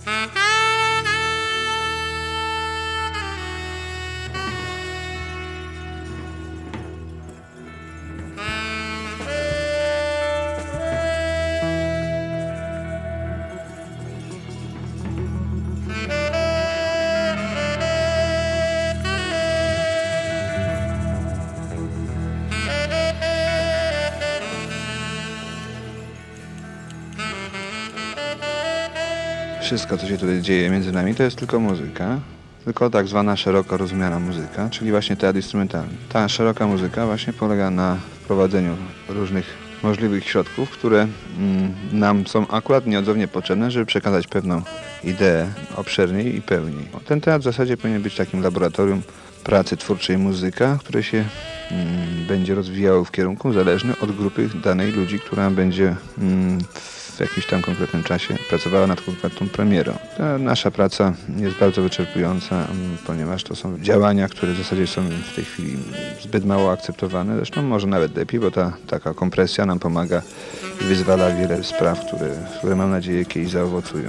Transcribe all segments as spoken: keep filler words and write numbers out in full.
Wszystko, co się tutaj dzieje między nami, to jest tylko muzyka, tylko tak zwana szeroko rozumiana muzyka, czyli właśnie teatr instrumentalny. Ta szeroka muzyka właśnie polega na wprowadzeniu różnych możliwych środków, które mm, nam są akurat nieodzownie potrzebne, żeby przekazać pewną ideę obszerniej i pełniej. Ten teatr w zasadzie powinien być takim laboratorium pracy twórczej muzyka, które się mm, będzie rozwijało w kierunku zależnym od grupy danej ludzi, która będzie mm, w jakimś tam konkretnym czasie pracowała nad konkretną premierą. Ta nasza praca jest bardzo wyczerpująca, ponieważ to są działania, które w zasadzie są w tej chwili zbyt mało akceptowane. Zresztą może nawet lepiej, bo ta taka kompresja nam pomaga i wyzwala wiele spraw, które, które mam nadzieję kiedyś zaowocują.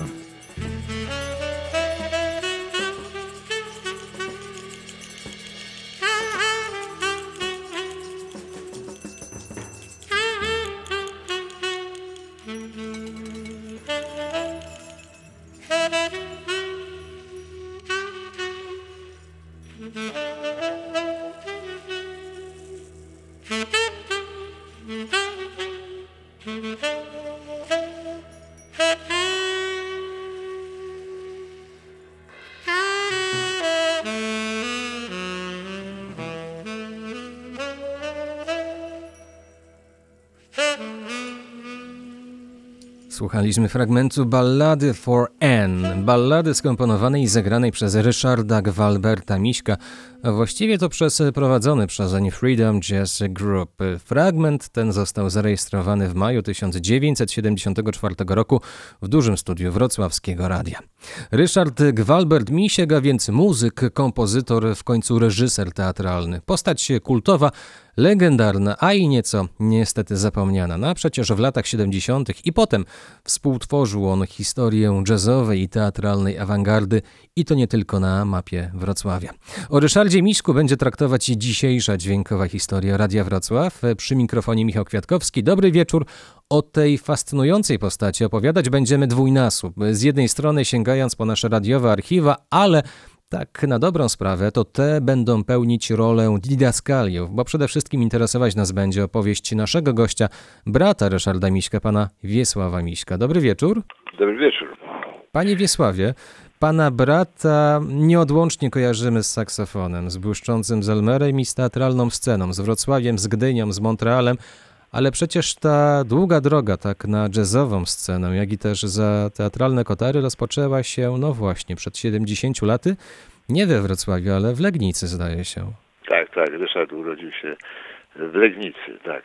Słuchaliśmy fragmentu ballady for Anne, ballady skomponowanej i zagranej przez Ryszarda Gwalberta Miśka, a właściwie to przez prowadzony przezeń Freedom Jazz Group. Fragment ten został zarejestrowany w maju tysiąc dziewięćset siedemdziesiątego czwartego roku w dużym studiu wrocławskiego radia. Ryszard Gwalbert Misiek, a więc muzyk, kompozytor, w końcu reżyser teatralny. Postać kultowa, legendarna, a i nieco niestety zapomniana. No a przecież w latach siedemdziesiątych i potem współtworzył on historię jazzowej i teatralnej awangardy i to nie tylko na mapie Wrocławia. O Ryszardzie Miśku będzie traktować dzisiejsza dźwiękowa historia Radia Wrocław. Przy mikrofonie Michał Kwiatkowski. Dobry wieczór. O tej fascynującej postaci opowiadać będziemy dwójnasób. Z jednej strony sięgając po nasze radiowe archiwa, ale tak na dobrą sprawę to te będą pełnić rolę didaskaliów, bo przede wszystkim interesować nas będzie opowieść naszego gościa, brata Ryszarda Miśka, pana Wiesława Miśka. Dobry wieczór. Dobry wieczór. Panie Wiesławie, pana brata nieodłącznie kojarzymy z saksofonem, z błyszczącym Zelmerem i z teatralną sceną, z Wrocławiem, z Gdynią, z Montrealem, ale przecież ta długa droga tak na jazzową scenę, jak i też za teatralne kotary rozpoczęła się, no właśnie, przed siedemdziesięcioma laty, nie we Wrocławiu, ale w Legnicy, zdaje się. Tak, tak, Ryszard urodził się w Legnicy, tak.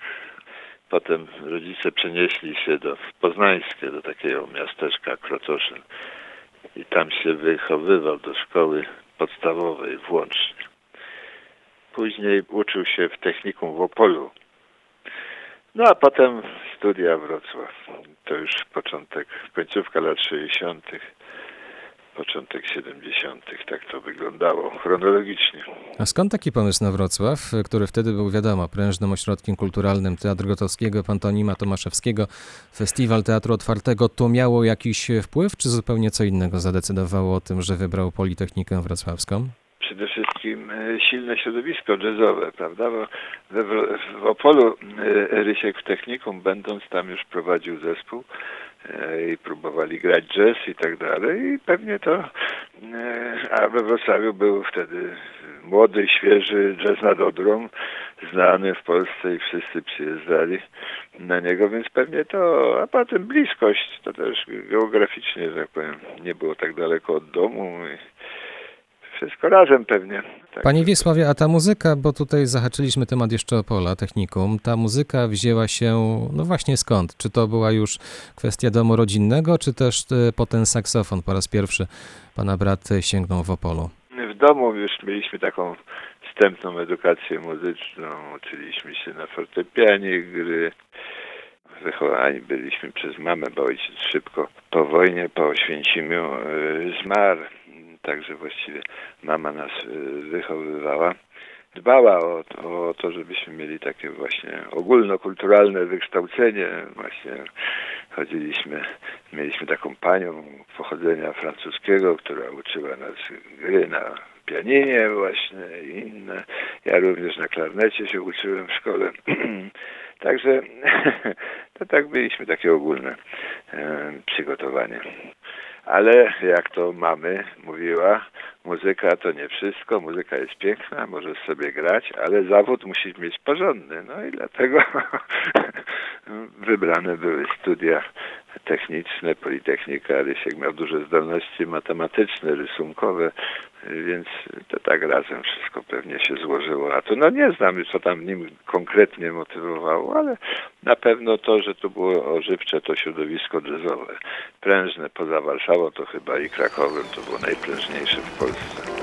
Potem rodzice przenieśli się do Poznańskie, do takiego miasteczka Krocoszyn i tam się wychowywał do szkoły podstawowej włącznie. Później uczył się w technikum w Opolu. No a potem studia Wrocław. To już początek, końcówka lat sześćdziesiątych, początek siedemdziesiątych. Tak to wyglądało chronologicznie. A skąd taki pomysł na Wrocław, który wtedy był, wiadomo, prężnym ośrodkiem kulturalnym Teatr Gotowskiego, Pantonima Tomaszewskiego, Festiwal Teatru Otwartego, to miało jakiś wpływ, czy zupełnie co innego zadecydowało o tym, że wybrał Politechnikę Wrocławską? Przede wszystkim silne środowisko jazzowe, prawda? Bo we, w Opolu Rysiek w technikum, będąc tam, już prowadził zespół i próbowali grać jazz i tak dalej i pewnie to, a we Wrocławiu był wtedy młody, świeży jazz nad Odrą, znany w Polsce i wszyscy przyjeżdżali na niego, więc pewnie to, a potem bliskość, to też geograficznie, że tak powiem, nie było tak daleko od domu i wszystko razem pewnie. Tak. Panie Wiesławie, a ta muzyka, bo tutaj zahaczyliśmy temat jeszcze Opola, technikum, ta muzyka wzięła się, no właśnie skąd? Czy to była już kwestia domu rodzinnego, czy też po ten saksofon po raz pierwszy pana brat sięgnął w Opolu? W domu już mieliśmy taką wstępną edukację muzyczną, uczyliśmy się na fortepianie gry. wychowani byliśmy przez mamę, bo ojciec szybko po wojnie, po Oświęcimiu zmarł. Także właściwie mama nas wychowywała. Dbała o to, o to, żebyśmy mieli takie właśnie ogólnokulturalne wykształcenie. Właśnie chodziliśmy, mieliśmy taką panią pochodzenia francuskiego, która uczyła nas gry na pianinie właśnie i inne. Ja również na klarnecie się uczyłem w szkole. Także to tak byliśmy takie ogólne e, przygotowanie. Ale jak to mamy mówiła, muzyka to nie wszystko, muzyka jest piękna, możesz sobie grać, ale zawód musisz mieć porządny. No i dlatego wybrane były studia techniczne, Politechnika. Rysiek miał duże zdolności matematyczne, rysunkowe, więc to tak razem wszystko pewnie się złożyło. A to no nie znam, co tam nim konkretnie motywowało, ale na pewno to, że to było ożywcze, to środowisko jazzowe. Prężne poza Warszawą, to chyba i Krakowem, to było najprężniejsze w Polsce.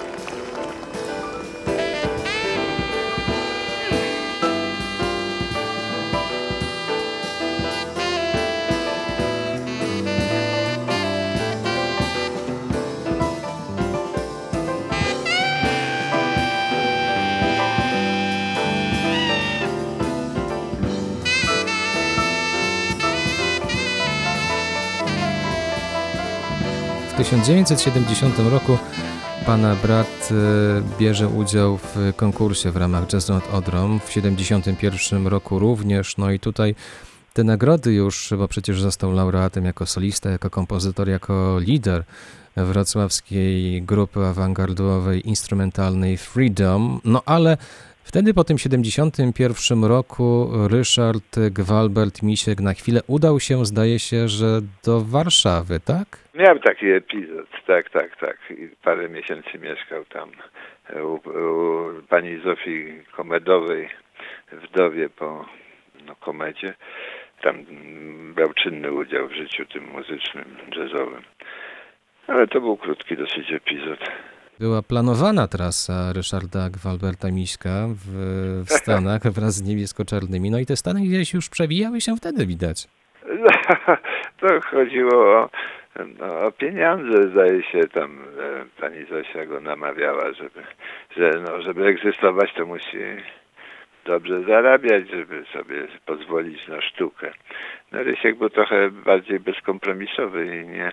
W tysiąc dziewięćset siedemdziesiątym roku pana brat bierze udział w konkursie w ramach Jazzu nad Odrą, w siedemdziesiątym pierwszym roku również, no i tutaj te nagrody już, bo przecież został laureatem jako solista, jako kompozytor, jako lider wrocławskiej grupy awangardowej, instrumentalnej Freedom, no ale wtedy po tym siedemdziesiątym pierwszym roku Ryszard Gwalbert-Misiek na chwilę udał się, zdaje się, że do Warszawy, tak? Miał taki epizod, tak, tak, tak. I parę miesięcy mieszkał tam u, u pani Zofii Komedowej, wdowie po no, Komedzie. Tam brał czynny udział w życiu tym muzycznym, jazzowym. Ale to był krótki dosyć epizod. Była planowana trasa Ryszarda Gwalberta-Miśka w, w Stanach wraz z niebiesko-czarnymi. No i te Stany gdzieś już przewijały się wtedy, widać. No, to chodziło o, no, o pieniądze, zdaje się, tam e, pani Zosia go namawiała, żeby, że, no, żeby egzystować, to musi dobrze zarabiać, żeby sobie pozwolić na sztukę. No Rysiek był trochę bardziej bezkompromisowy i nie,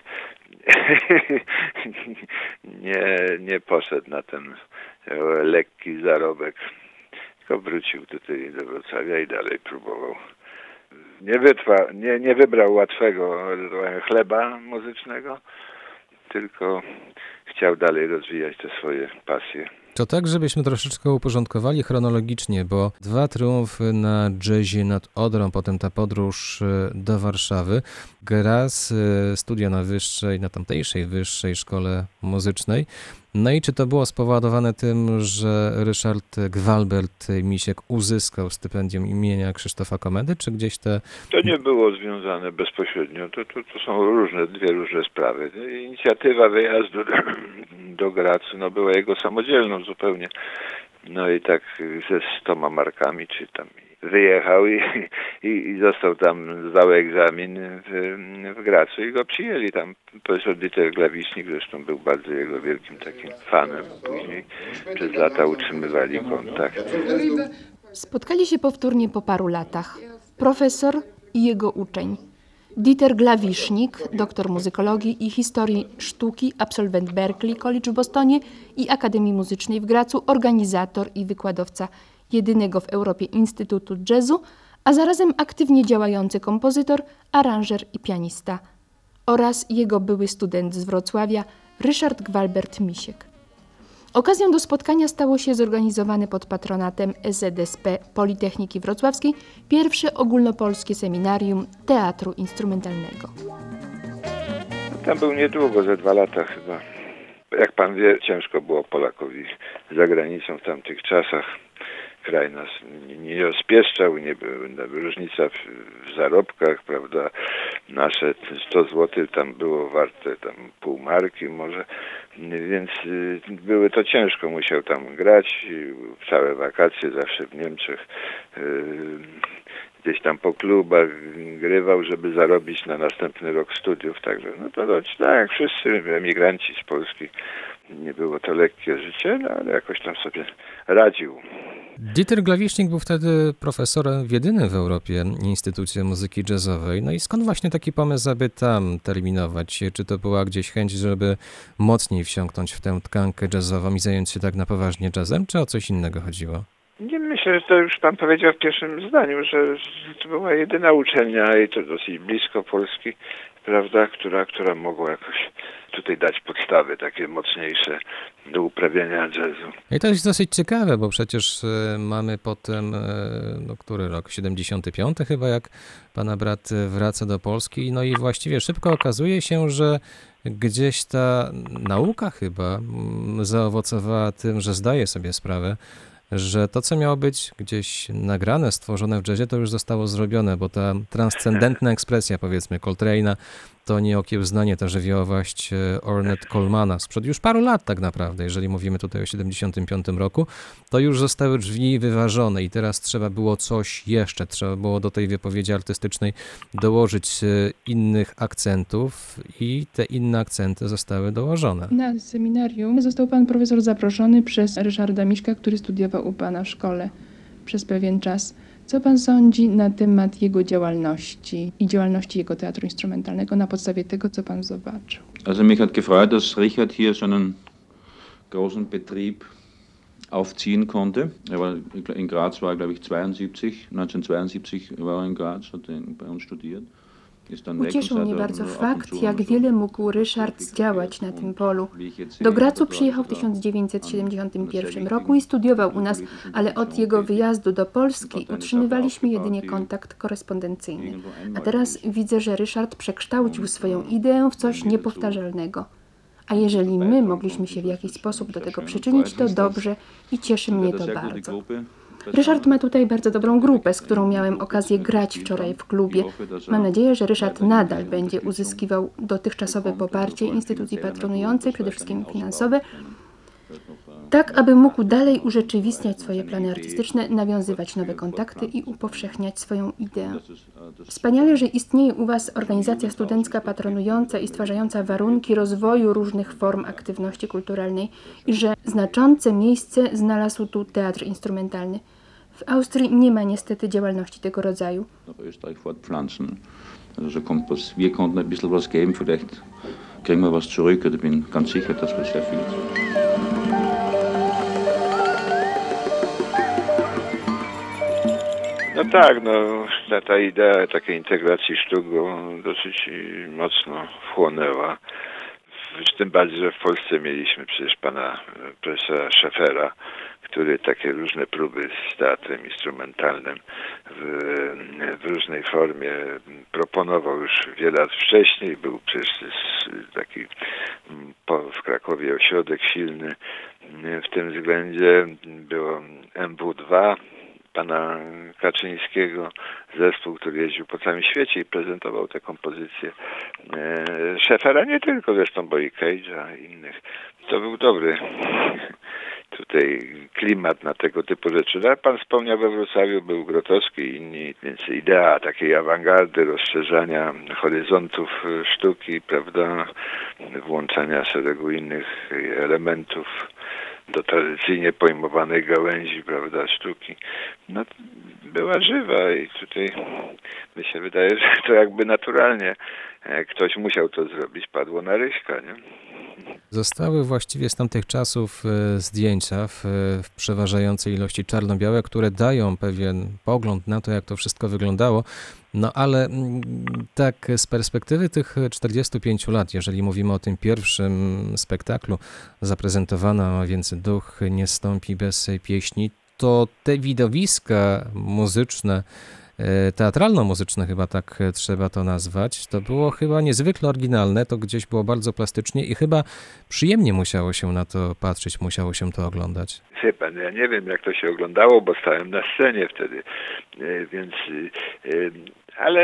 nie, nie poszedł na ten lekki zarobek, tylko wrócił tutaj do Wrocławia i dalej próbował. Nie, wytrwa, nie, nie wybrał łatwego chleba muzycznego, tylko chciał dalej rozwijać te swoje pasje. To tak, żebyśmy troszeczkę uporządkowali chronologicznie, bo dwa triumfy na jazzie nad Odrą, potem ta podróż do Warszawy, gra z studia na wyższej, na tamtejszej wyższej szkole muzycznej. No i czy to było spowodowane tym, że Ryszard Gwalbert-Misiek uzyskał stypendium imienia Krzysztofa Komedy, czy gdzieś te... To nie było związane bezpośrednio, to, to, to są różne, dwie różne sprawy. Inicjatywa wyjazdu do, do Gracu no, była jego samodzielną zupełnie. No i tak ze stoma markami, czy tam wyjechał i, i, i został tam, zdał egzamin w, w Gracu i go przyjęli tam. Profesor Dieter Glawisznik zresztą był bardzo jego wielkim takim fanem. Później przez lata utrzymywali kontakt. Spotkali się powtórnie po paru latach. Profesor i jego uczeń. Dieter Glawisznik, doktor muzykologii i historii sztuki, absolwent Berklee College w Bostonie i Akademii Muzycznej w Gracu, organizator i wykładowca jedynego w Europie Instytutu Jazzu, a zarazem aktywnie działający kompozytor, aranżer i pianista. Oraz jego były student z Wrocławia, Ryszard Gwalbert-Misiek. Okazją do spotkania stało się zorganizowane pod patronatem S Z S P Politechniki Wrocławskiej pierwsze ogólnopolskie seminarium teatru instrumentalnego. Tam był niedługo, ze dwa lata chyba. Jak pan wie, ciężko było Polakowi za granicą w tamtych czasach. Kraj nas nie rozpieszczał, nie była różnica w, w zarobkach, prawda. Nasze sto złotych tam było warte tam pół marki może, więc y, były to ciężko, musiał tam grać, całe wakacje zawsze w Niemczech. Y, gdzieś tam po klubach grywał, żeby zarobić na następny rok studiów. Także no to, to tak jak wszyscy emigranci z Polski. Nie było to lekkie życie, no, ale jakoś tam sobie radził. Dieter Glawisznik był wtedy profesorem w jedynym w Europie Instytucie Muzyki Jazzowej. No i skąd właśnie taki pomysł, aby tam terminować się? Czy to była gdzieś chęć, żeby mocniej wsiąknąć w tę tkankę jazzową i zająć się tak na poważnie jazzem, czy o coś innego chodziło? Nie myślę, że to już pan powiedział w pierwszym zdaniu, że to była jedyna uczelnia i to dosyć blisko Polski, prawda, która, która mogła jakoś tutaj dać podstawy takie mocniejsze do uprawiania jazzu. I to jest dosyć ciekawe, bo przecież e, mamy potem, e, no który rok, siedemdziesiąty piąty chyba, jak pana brat wraca do Polski, no i właściwie szybko okazuje się, że gdzieś ta nauka chyba mm, zaowocowała tym, że zdaje sobie sprawę, że to, co miało być gdzieś nagrane, stworzone w jazzie, to już zostało zrobione, bo ta transcendentna ekspresja, powiedzmy, Coltrane'a, to nieokiełznanie, ta żywiołowość Ornette Colemana sprzed już paru lat tak naprawdę, jeżeli mówimy tutaj o siedemdziesiątym piątym roku, to już zostały drzwi wyważone i teraz trzeba było coś jeszcze, trzeba było do tej wypowiedzi artystycznej dołożyć innych akcentów i te inne akcenty zostały dołożone. Na seminarium został pan profesor zaproszony przez Ryszarda Miśka, który studiował u pana w szkole przez pewien czas. Co pan sądzi na temat jego działalności i działalności jego teatru instrumentalnego na podstawie tego, co pan zobaczył? Also mich hat gefreut, dass Richard hier so einen großen Betrieb aufziehen konnte. Er war in Graz, war glaube ich zweiundsiebzig, neunzehnhundertzweiundsiebzig war er in Graz, hat er bei uns studiert. Ucieszył mnie bardzo fakt, jak wiele mógł Ryszard zdziałać na tym polu. Do Gracu przyjechał w tysiąc dziewięćset siedemdziesiątym pierwszym roku i studiował u nas, ale od jego wyjazdu do Polski utrzymywaliśmy jedynie kontakt korespondencyjny. A teraz widzę, że Ryszard przekształcił swoją ideę w coś niepowtarzalnego. A jeżeli my mogliśmy się w jakiś sposób do tego przyczynić, to dobrze i cieszy mnie to bardzo. Ryszard ma tutaj bardzo dobrą grupę, z którą miałem okazję grać wczoraj w klubie. Mam nadzieję, że Ryszard nadal będzie uzyskiwał dotychczasowe poparcie instytucji patronującej, przede wszystkim finansowe, tak aby mógł dalej urzeczywistniać swoje plany artystyczne, nawiązywać nowe kontakty i upowszechniać swoją ideę. Wspaniale, że istnieje u Was organizacja studencka patronująca i stwarzająca warunki rozwoju różnych form aktywności kulturalnej i że znaczące miejsce znalazł tu teatr instrumentalny. W Austrii nie ma niestety działalności tego rodzaju. Nach Österreich fortpflanzen. Also so kommt was, wir konnten ein bisschen was geben, vielleicht kriegen wir was zurück, oder bin ganz sicher, dass wir sehr viel No tak, no ta, ta idea takiej integracji sztuk go dosyć mocno wchłonęła. Tym bardziej, że w Polsce mieliśmy przecież pana profesora Scheffera, który takie różne próby z teatrem instrumentalnym w, w różnej formie proponował już wiele lat wcześniej. Był przecież taki w Krakowie ośrodek silny w tym względzie. Było M W dwa pana Kaczyńskiego, zespół, który jeździł po całym świecie i prezentował te kompozycje Scheffera, nie tylko zresztą, bo i Cage'a i innych. To był dobry tutaj klimat na tego typu rzeczy. No, pan wspomniał, we Wrocławiu był Grotowski i inni, więc idea takiej awangardy, rozszerzania horyzontów sztuki, prawda, włączania szeregu innych elementów do tradycyjnie pojmowanej gałęzi, prawda, sztuki, no była żywa i tutaj mi się wydaje, że to jakby naturalnie ktoś musiał to zrobić, padło na Ryśka, nie? Zostały właściwie z tamtych czasów zdjęcia w, w przeważającej ilości czarno-białe, które dają pewien pogląd na to, jak to wszystko wyglądało. No ale tak z perspektywy tych czterdziestu pięciu lat, jeżeli mówimy o tym pierwszym spektaklu zaprezentowanym, a więc Duch nie stąpi bez pieśni, to te widowiska muzyczne, teatralno-muzyczne chyba tak trzeba to nazwać, to było chyba niezwykle oryginalne, to gdzieś było bardzo plastycznie i chyba przyjemnie musiało się na to patrzeć, musiało się to oglądać. Wie pan, ja nie wiem jak to się oglądało, bo stałem na scenie wtedy, więc, ale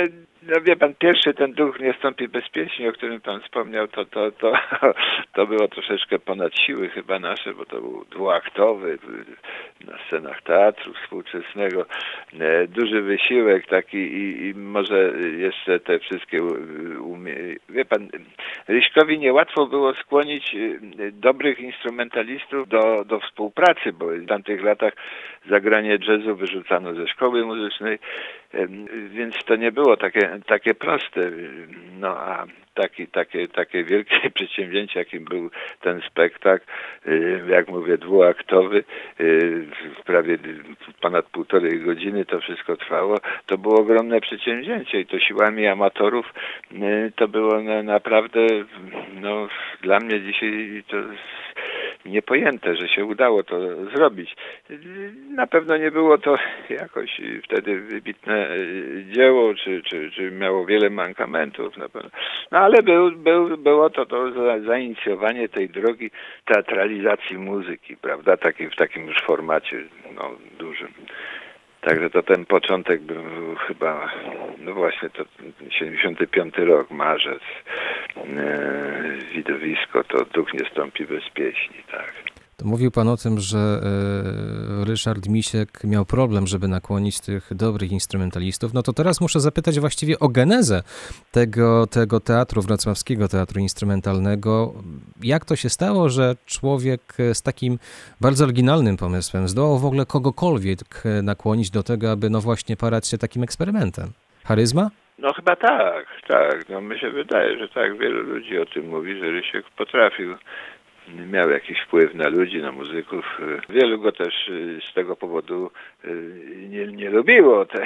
No wie pan, pierwszy ten duch nie stąpi bez pieśni, o którym pan wspomniał, to, to, to, to było troszeczkę ponad siły chyba nasze, bo to był dwuaktowy na scenach teatru współczesnego. Duży wysiłek taki i, i może jeszcze te wszystkie umie... Wie pan, Ryśkowi niełatwo było skłonić dobrych instrumentalistów do, do współpracy, bo w tamtych latach zagranie jazzu wyrzucano ze szkoły muzycznej, więc to nie było takie, takie proste. No a taki, takie, takie wielkie przedsięwzięcie, jakim był ten spektakl, jak mówię, dwuaktowy, prawie ponad półtorej godziny to wszystko trwało, to było ogromne przedsięwzięcie i to siłami amatorów to było naprawdę, no dla mnie dzisiaj to niepojęte, że się udało to zrobić. Na pewno nie było to jakoś wtedy wybitne dzieło, czy, czy, czy miało wiele mankamentów na pewno. No ale był, był, było to, to za, zainicjowanie tej drogi teatralizacji muzyki, prawda, Taki, w takim już formacie no, dużym. Także to ten początek był chyba, no właśnie to siedemdziesiąty piąty rok, marzec, e, widowisko, to duch nie stąpi bez pieśni, tak. To mówił pan o tym, że y, Ryszard Misiek miał problem, żeby nakłonić tych dobrych instrumentalistów. No to teraz muszę zapytać właściwie o genezę tego, tego teatru, wrocławskiego teatru instrumentalnego. Jak to się stało, że człowiek z takim bardzo oryginalnym pomysłem zdołał w ogóle kogokolwiek nakłonić do tego, aby no właśnie parać się takim eksperymentem? Charyzma? No chyba tak, tak. No mi się wydaje, że tak. Wielu ludzi o tym mówi, że Rysiek potrafił. Miał jakiś wpływ na ludzi, na muzyków. Wielu go też z tego powodu nie, nie lubiło też.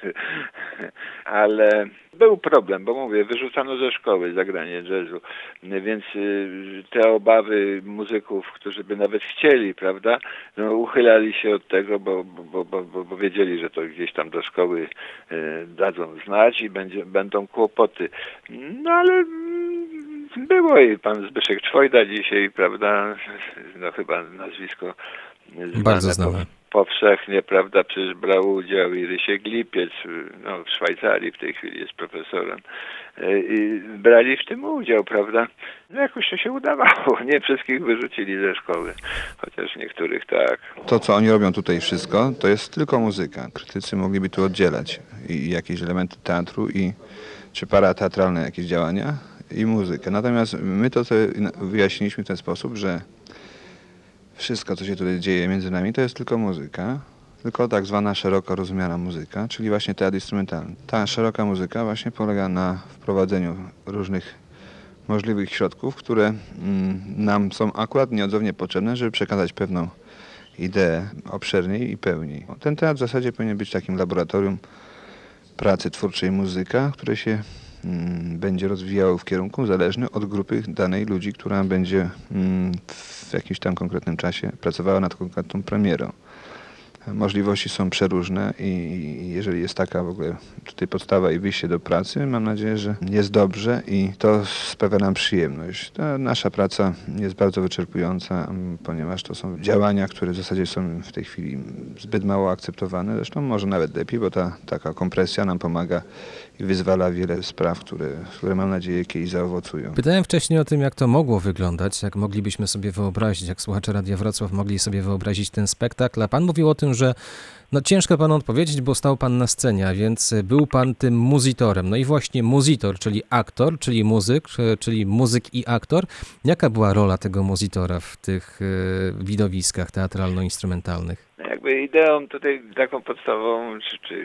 Ale był problem, bo mówię, wyrzucano ze szkoły zagranie jazzu, więc te obawy muzyków, którzy by nawet chcieli, prawda, no, uchylali się od tego, bo, bo, bo, bo, bo wiedzieli, że to gdzieś tam do szkoły dadzą znać i będzie, będą kłopoty. No ale było i pan Zbyszek Czwojda dzisiaj, prawda, no chyba nazwisko bardzo znane powszechnie, prawda, przecież brał udział i Rysiek Lipiec, no w Szwajcarii w tej chwili jest profesorem, i brali w tym udział, prawda. No jakoś to się udawało, nie wszystkich wyrzucili ze szkoły, chociaż niektórych tak. To, co oni robią tutaj wszystko, to jest tylko muzyka. Krytycy mogliby tu oddzielać i jakieś elementy teatru, i czy parateatralne jakieś działania, i muzykę. Natomiast my to sobie wyjaśniliśmy w ten sposób, że wszystko, co się tutaj dzieje między nami, to jest tylko muzyka, tylko tak zwana szeroko rozumiana muzyka, czyli właśnie teatr instrumentalny. Ta szeroka muzyka właśnie polega na wprowadzeniu różnych możliwych środków, które mm, nam są akurat nieodzownie potrzebne, żeby przekazać pewną ideę obszerniej i pełniej. Ten teatr w zasadzie powinien być takim laboratorium pracy twórczej muzyka, które się będzie rozwijało w kierunku zależny od grupy danej ludzi, która będzie w jakimś tam konkretnym czasie pracowała nad konkretną premierą. Możliwości są przeróżne i jeżeli jest taka w ogóle tutaj podstawa i wyjście do pracy, mam nadzieję, że jest dobrze i to sprawia nam przyjemność. Ta nasza praca jest bardzo wyczerpująca, ponieważ to są działania, które w zasadzie są w tej chwili zbyt mało akceptowane. Zresztą może nawet lepiej, bo ta taka kompresja nam pomaga i wyzwala wiele spraw, które, które mam nadzieję kiedyś zaowocują. Pytałem wcześniej o tym, jak to mogło wyglądać, jak moglibyśmy sobie wyobrazić, jak słuchacze Radia Wrocław mogli sobie wyobrazić ten spektakl, a pan mówił o tym, że no ciężko panu odpowiedzieć, bo stał pan na scenie, a więc był pan tym muzytorem. No i właśnie muzytor, czyli aktor, czyli muzyk, czyli muzyk i aktor. Jaka była rola tego muzytora w tych y, widowiskach teatralno-instrumentalnych? Jakby ideą tutaj taką podstawową, czy, czy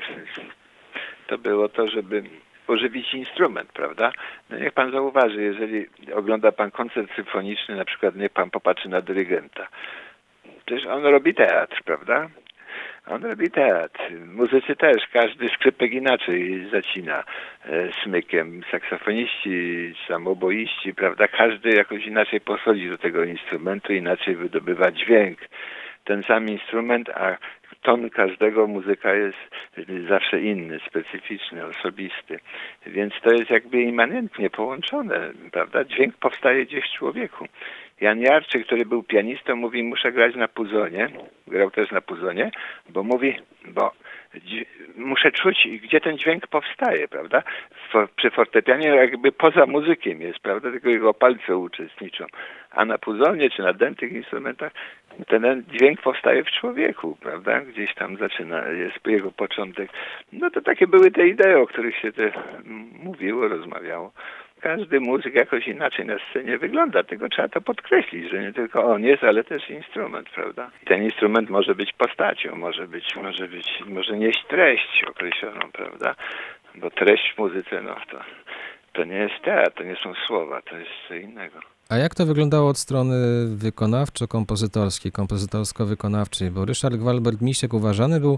to było to, żeby ożywić instrument, prawda? No niech pan zauważy, jeżeli ogląda pan koncert symfoniczny, na przykład niech pan popatrzy na dyrygenta. Przecież on robi teatr, prawda? On robi teatr. Muzycy też, każdy skrzypek inaczej zacina e, smykiem. Saksofoniści, samoboiści, prawda? Każdy jakoś inaczej podchodzi do tego instrumentu, inaczej wydobywa dźwięk. Ten sam instrument, a ton każdego muzyka jest zawsze inny, specyficzny, osobisty. Więc to jest jakby immanentnie połączone, prawda? Dźwięk powstaje gdzieś w człowieku. Jan Jarczyk, który był pianistą, mówi, muszę grać na puzonie. Grał też na puzonie, bo mówi, bo dzi- muszę czuć, gdzie ten dźwięk powstaje, prawda? Fo- przy fortepianie jakby poza muzykiem jest, prawda? Tylko jego palce uczestniczą. A na puzonie czy na dętych instrumentach ten dźwięk powstaje w człowieku, prawda? Gdzieś tam zaczyna, jest jego początek. No to takie były te idee, o których się te mówiło, rozmawiało. Każdy muzyk jakoś inaczej na scenie wygląda, tylko trzeba to podkreślić, że nie tylko on jest, ale też instrument, prawda? I ten instrument może być postacią, może być, może być, może nieść treść określoną, prawda? Bo treść w muzyce, no to, to nie jest teatr, to nie są słowa, to jest co innego. A jak to wyglądało od strony wykonawczo-kompozytorskiej, kompozytorsko-wykonawczej? Bo Ryszard Gvalbert-Misiek uważany był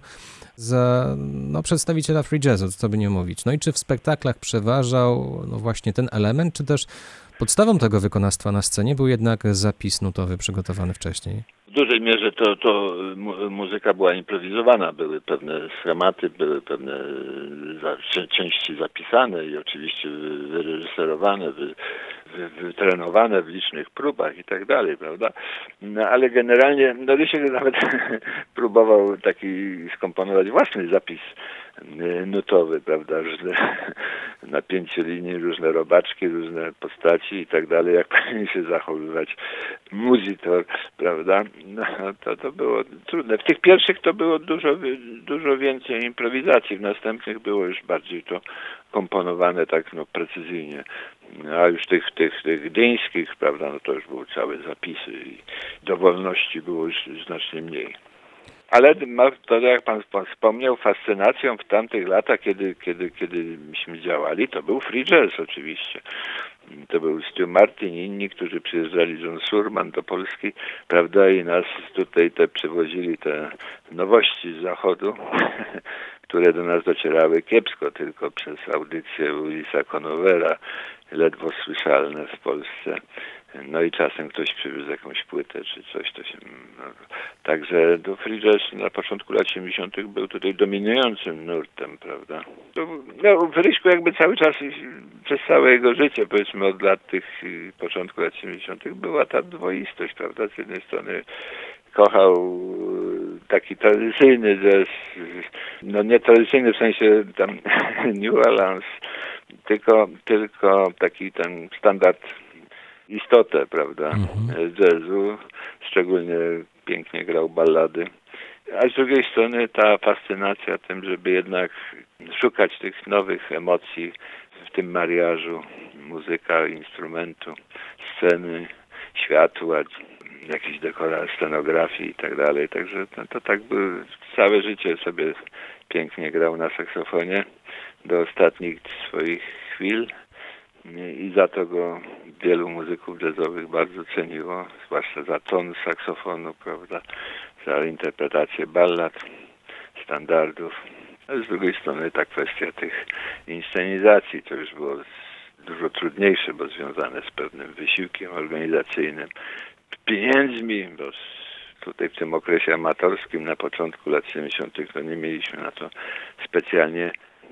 za no, przedstawiciela free jazzu, co by nie mówić. No i czy w spektaklach przeważał no właśnie ten element, czy też podstawą tego wykonawstwa na scenie był jednak zapis nutowy przygotowany wcześniej? W dużej mierze to, to mu- muzyka była improwizowana, były pewne schematy, były pewne za, cze- części zapisane i oczywiście wy- wyreżyserowane, wy, wy, wytrenowane w licznych próbach i tak dalej, prawda? No ale generalnie, no Rysiek nawet próbował taki skomponować własny zapis y, nutowy, prawda? Różne napięcie linii, różne robaczki, różne postaci i tak dalej, jak powinien się zachowywać muzytor, prawda? No, to, to było trudne. W tych pierwszych to było dużo, dużo więcej improwizacji, w następnych było już bardziej to komponowane tak no precyzyjnie. A już tych, tych, tych gdyńskich, prawda, no to już były całe zapisy i dowolności było już znacznie mniej. Ale ma, to jak pan wspomniał, fascynacją w tamtych latach, kiedy, kiedy, kiedy myśmy działali, to był free jazz oczywiście. To był Stu Martin i inni, którzy przyjeżdżali, John Surman do Polski, prawda, i nas tutaj te przywozili te nowości z zachodu, które do nas docierały kiepsko, tylko przez audycję Willisa Conovera, ledwo słyszalne w Polsce. No i czasem ktoś przywiózł jakąś płytę czy coś, to się... No, także do free jazz na początku lat siedemdziesiątych był tutaj dominującym nurtem, prawda. No, no w Ryśku jakby cały czas, przez całe jego życie, powiedzmy od lat tych, początku lat siedemdziesiątych była ta dwoistość, prawda. Z jednej strony kochał taki tradycyjny jazz, no nie tradycyjny w sensie tam New Orleans, tylko, tylko taki ten standard, istotę, prawda, mhm. jazzu, szczególnie pięknie grał ballady. A z drugiej strony ta fascynacja tym, żeby jednak szukać tych nowych emocji w tym mariażu, muzyka, instrumentu, sceny, światła, jakichś dekoracji, scenografii i tak dalej. Także to, to tak by całe życie sobie pięknie grał na saksofonie do ostatnich swoich chwil. I za to go wielu muzyków jazzowych bardzo ceniło, zwłaszcza za ton saksofonu, prawda, za interpretację ballad, standardów. A z drugiej strony ta kwestia tych inscenizacji, to już było dużo trudniejsze, bo związane z pewnym wysiłkiem organizacyjnym, pieniędzmi, bo tutaj w tym okresie amatorskim na początku lat siedemdziesiątych to nie mieliśmy na to specjalnie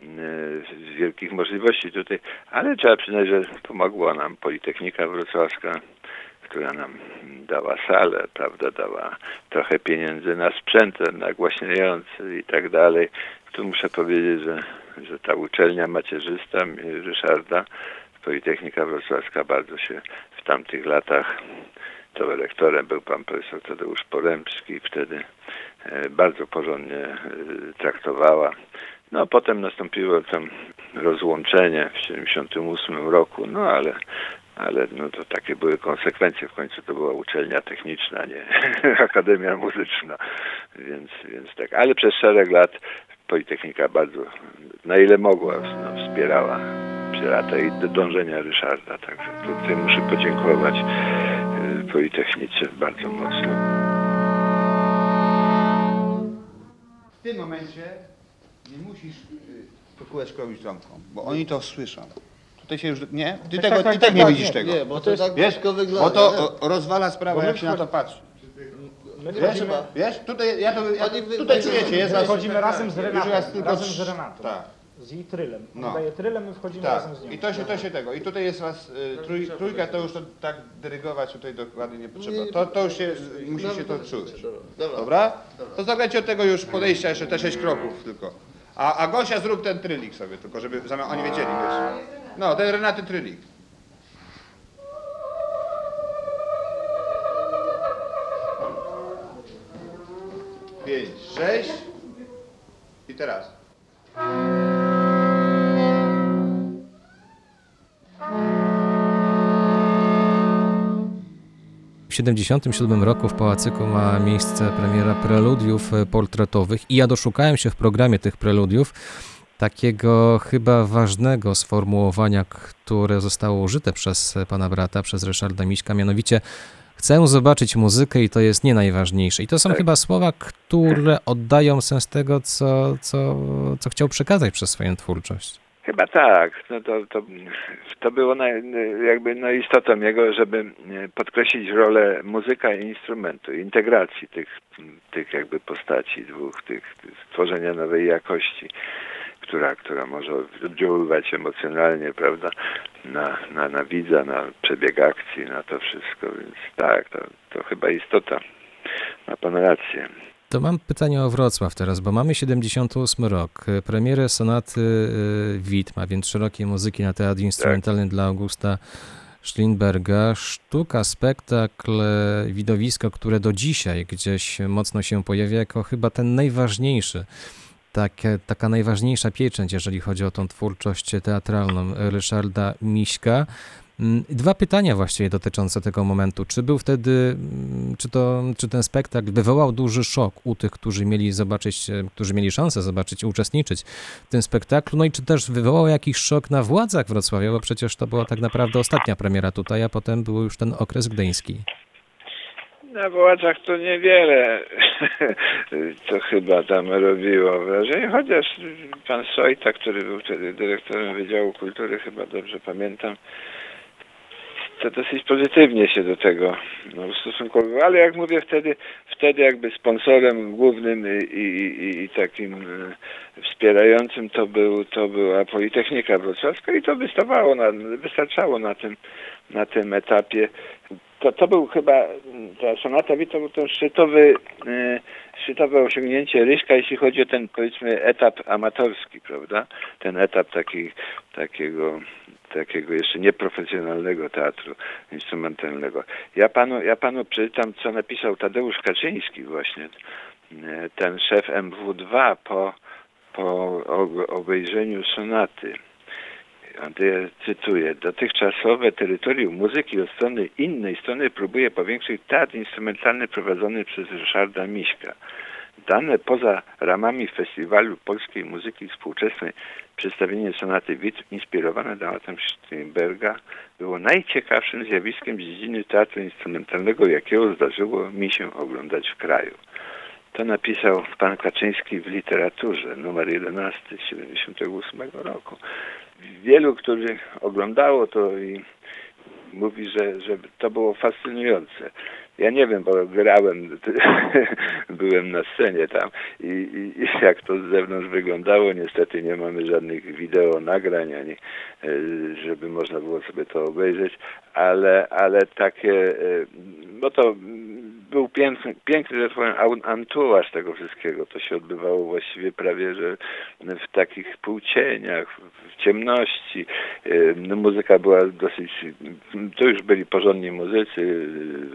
z wielkich możliwości tutaj, ale trzeba przyznać, że pomogła nam Politechnika Wrocławska, która nam dała salę, prawda, dała trochę pieniędzy na sprzęt nagłaśniający i tak dalej. Tu muszę powiedzieć, że, że ta uczelnia macierzysta Ryszarda, Politechnika Wrocławska, bardzo się w tamtych latach, to rektorem był pan profesor Tadeusz Poremski, wtedy bardzo porządnie traktowała. No potem nastąpiło tam rozłączenie w siedemdziesiątym ósmym roku, no ale, ale no to takie były konsekwencje. W końcu to była uczelnia techniczna, nie Akademia Muzyczna, więc, więc tak. Ale przez szereg lat Politechnika bardzo, na ile mogła, no, wspierała lata i do dążenia Ryszarda. Także tutaj muszę podziękować Politechnice bardzo mocno. W tym momencie nie musisz kółeczkowić rąką, bo oni to słyszą. Tutaj się już... Nie? Ty Tak, tego, tak, ty tak, tak nie tak, widzisz nie, tego. nie, bo to tak wiesz, wszystko wygląda, bo to nie? o, rozwala sprawę, Bo jak my się na to patrzy. My nie Wiesz, chodzimy, wiesz, tutaj, ja to, ja, Oni wy- tutaj wy- czujecie, jest my was... chodzimy razem z już Renatem, was tylko razem trz- z Renatą. Tak. z jej trylem. On No. daje trylem, my wchodzimy Tak, razem z nią. i to się, to się tego. I tutaj jest was y, trój, trójka, to już to tak dyrygować tutaj dokładnie nie potrzeba. To, to już się, musicie to czuć. Dobra? To zagrajcie od tego już podejścia jeszcze te sześć kroków tylko. A, a Gosia zrób ten trylik sobie tylko, żeby zamiast oni wiedzieli, wiesz. No, ten Renaty trylik. Pięć, sześć i teraz. W siedemdziesiątym siódmym roku w Pałacyku ma miejsce premiera preludiów portretowych i ja doszukałem się w programie tych preludiów takiego chyba ważnego sformułowania, które zostało użyte przez pana brata, przez Ryszarda Miśka, mianowicie chcę zobaczyć muzykę i to jest nie najważniejsze. I to są Tak. chyba słowa, które oddają sens tego, co, co, co chciał przekazać przez swoją twórczość. Chyba tak. No to, to, to było na, jakby no istotą jego, żeby podkreślić rolę muzyka i instrumentu, integracji tych, tych jakby postaci dwóch, tych, stworzenia nowej jakości, która, która może oddziaływać emocjonalnie, prawda, na, na, na widza, na przebieg akcji, na to wszystko, więc tak, to, to chyba istota. Ma pan rację. To mam pytanie o Wrocław teraz, bo mamy siedemdziesiąty ósmy rok, premierę sonaty y, Widm, a więc szerokiej muzyki na teatr instrumentalny dla Augusta Strindberga, sztuka, spektakl, widowisko, które do dzisiaj gdzieś mocno się pojawia jako chyba ten najważniejszy, takie, taka najważniejsza pieczęć, jeżeli chodzi o tą twórczość teatralną Ryszarda Miśka. Dwa pytania właściwie dotyczące tego momentu. Czy był wtedy, czy, to, czy ten spektakl wywołał duży szok u tych, którzy mieli zobaczyć, którzy mieli szansę zobaczyć, uczestniczyć w tym spektaklu? No i czy też wywołał jakiś szok na władzach Wrocławia, bo przecież to była tak naprawdę ostatnia premiera tutaj, a potem był już ten okres gdyński. Na władzach to niewiele, co chyba tam robiło wrażenie, chociaż pan Sojta, który był wtedy dyrektorem Wydziału Kultury, chyba dobrze pamiętam, to dosyć pozytywnie się do tego no, ustosunkowywał, ale jak mówię, wtedy, wtedy jakby sponsorem głównym i, i, i, i takim e, wspierającym to, był, to była Politechnika Wrocławska i to wystawało na, wystarczało na tym, na tym etapie. To, to był chyba, ta sonata Widm to był ten szczytowy, e, szczytowe osiągnięcie Ryśka, jeśli chodzi o ten, powiedzmy, etap amatorski, prawda? Ten etap taki, takiego, takiego jeszcze nieprofesjonalnego teatru instrumentalnego. Ja panu, ja panu przeczytam, co napisał Tadeusz Kaczyński właśnie, e, ten szef M W dwa po, po obejrzeniu sonaty. Ja cytuję, dotychczasowe terytorium muzyki od strony innej strony próbuje powiększyć teatr instrumentalny prowadzony przez Ryszarda Miśka. Dane poza ramami Festiwalu Polskiej Muzyki Współczesnej przedstawienie sonaty Widm inspirowane dramatem Strindberga było najciekawszym zjawiskiem z dziedziny teatru instrumentalnego, jakiego zdarzyło mi się oglądać w kraju. To napisał pan Kaczyński w Literaturze, numer jedenasty z siedemdziesiątego ósmego roku. Wielu, którzy oglądało to i mówi, że, że to było fascynujące. Ja nie wiem, bo grałem, byłem na scenie tam i, i, i jak to z zewnątrz wyglądało, niestety nie mamy żadnych wideo nagrań, ani żeby można było sobie to obejrzeć, ale, ale takie, bo to był piękny, piękny, że powiem, entourage tego wszystkiego. To się odbywało właściwie prawie, że w takich półcieniach, w ciemności. No, muzyka była dosyć, to już byli porządni muzycy,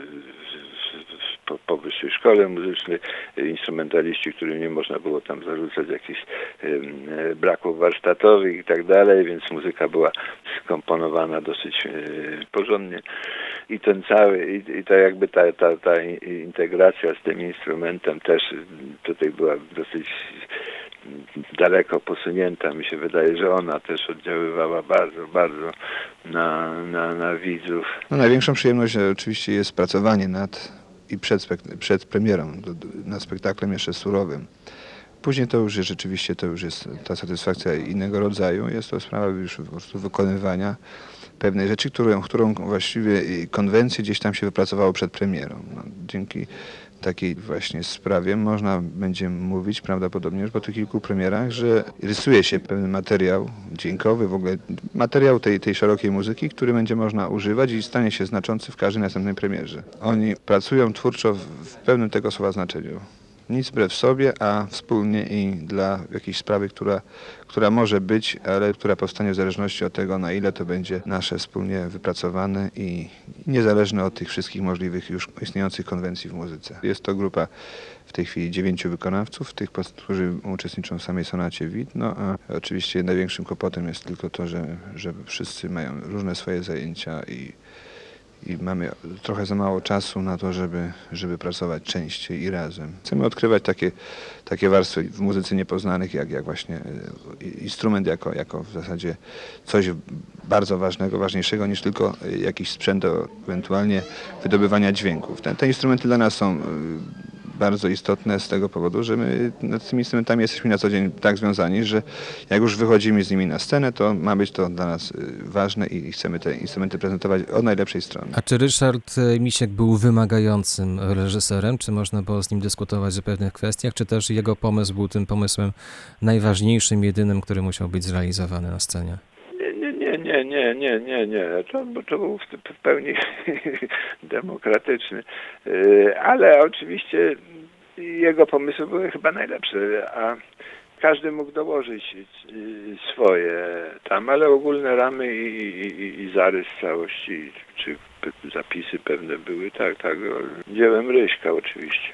po, po wyższej szkole muzycznej, instrumentaliści, którym nie można było tam zarzucać jakichś e, braków warsztatowych i tak dalej, więc muzyka była skomponowana dosyć e, porządnie. I ten cały, i, i to jakby ta, ta, ta integracja z tym instrumentem też tutaj była dosyć daleko posunięta. Mi się wydaje, że ona też oddziaływała bardzo, bardzo na, na, na widzów. No, największą przyjemność oczywiście jest pracowanie nad i przed, spek- przed premierą, do, do, nad spektaklem jeszcze surowym. Później to już jest rzeczywiście, to już jest ta satysfakcja innego rodzaju. Jest to sprawa już po prostu wykonywania pewnej rzeczy, którą, którą właściwie konwencję gdzieś tam się wypracowało przed premierą. No, dzięki takiej właśnie sprawie można będzie mówić prawdopodobnie już po tych kilku premierach, że rysuje się pewien materiał dźwiękowy, w ogóle materiał tej, tej szerokiej muzyki, który będzie można używać i stanie się znaczący w każdej następnej premierze. Oni pracują twórczo w, w pełnym tego słowa znaczeniu. Nic wbrew sobie, a wspólnie i dla jakiejś sprawy, która, która może być, ale która powstanie w zależności od tego, na ile to będzie nasze wspólnie wypracowane i niezależne od tych wszystkich możliwych już istniejących konwencji w muzyce. Jest to grupa w tej chwili dziewięciu wykonawców, tych, którzy uczestniczą w samej sonacie Wit. No a oczywiście największym kłopotem jest tylko to, że, że wszyscy mają różne swoje zajęcia i I mamy trochę za mało czasu na to, żeby, żeby pracować częściej i razem. Chcemy odkrywać takie, takie warstwy w muzyce niepoznanych, jak, jak właśnie instrument jako, jako w zasadzie coś bardzo ważnego, ważniejszego niż tylko jakiś sprzęt do ewentualnie wydobywania dźwięków. Te, te instrumenty dla nas są bardzo istotne z tego powodu, że my z tymi instrumentami jesteśmy na co dzień tak związani, że jak już wychodzimy z nimi na scenę, to ma być to dla nas ważne i chcemy te instrumenty prezentować od najlepszej strony. A czy Ryszard Misiek był wymagającym reżyserem? Czy można było z nim dyskutować o pewnych kwestiach? Czy też jego pomysł był tym pomysłem najważniejszym, jedynym, który musiał być zrealizowany na scenie? Nie, nie, nie, nie, nie, nie, nie. To, to był w pełni demokratyczny. Ale oczywiście jego pomysły były chyba najlepsze, a każdy mógł dołożyć swoje tam, ale ogólne ramy i, i, i zarys całości, czy zapisy pewne były, tak, tak, dziełem Ryśka oczywiście.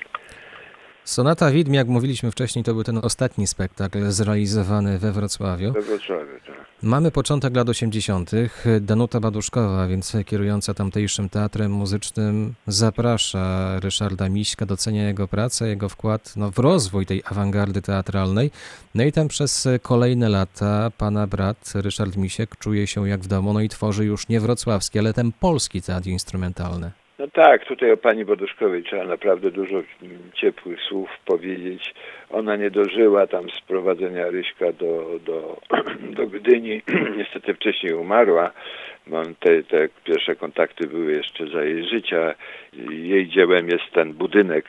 Sonata Widm, jak mówiliśmy wcześniej, to był ten ostatni spektakl zrealizowany we Wrocławiu. We Wrocławiu, tak. Mamy początek lat osiemdziesiątych. Danuta Baduszkowa, więc kierująca tamtejszym teatrem muzycznym, zaprasza Ryszarda Miśka, docenia jego pracę, jego wkład no, w rozwój tej awangardy teatralnej. No i tam przez kolejne lata pana brat Ryszard Misiek czuje się jak w domu, no i tworzy już nie wrocławski, ale ten polski teatr instrumentalny. No tak, tutaj o pani Baduszkowej trzeba naprawdę dużo ciepłych słów powiedzieć. Ona nie dożyła tam sprowadzenia Ryśka do, do, do Gdyni. Niestety wcześniej umarła. Te, te pierwsze kontakty były jeszcze za jej życia. Jej dziełem jest ten budynek,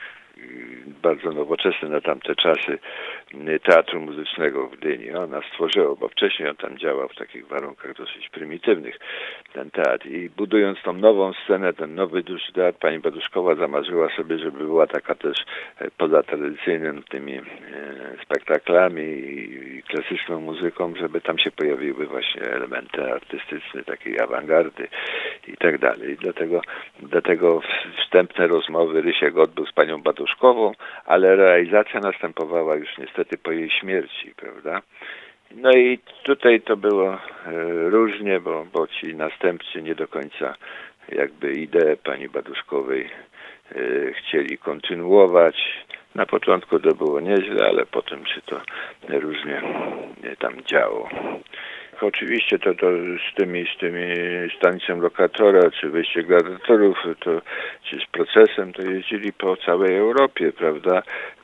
bardzo nowoczesny na tamte czasy, Teatru Muzycznego w Gdyni. Ona stworzyła, bo wcześniej on tam działał w takich warunkach dosyć prymitywnych, ten teatr. I budując tą nową scenę, ten nowy duży teatr, pani Baduszkowa zamarzyła sobie, żeby była taka też poza tradycyjnym tymi spektaklami i klasyczną muzyką, żeby tam się pojawiły właśnie elementy artystyczne, takiej awangardy i tak dalej. I dlatego, dlatego wstępne rozmowy Rysiek odbył z panią Baduszkową, ale realizacja następowała już niestety po jej śmierci, prawda? No i tutaj to było e, różnie, bo, bo ci następcy nie do końca jakby ideę pani Baduszkowej e, chcieli kontynuować. Na początku to było nieźle, ale potem się to różnie e, tam działo. Oczywiście to, to z tymi, z tymi stanicą lokatora, czy wyjście gladiatorów, to, czy z procesem, to jeździli po całej Europie, prawda?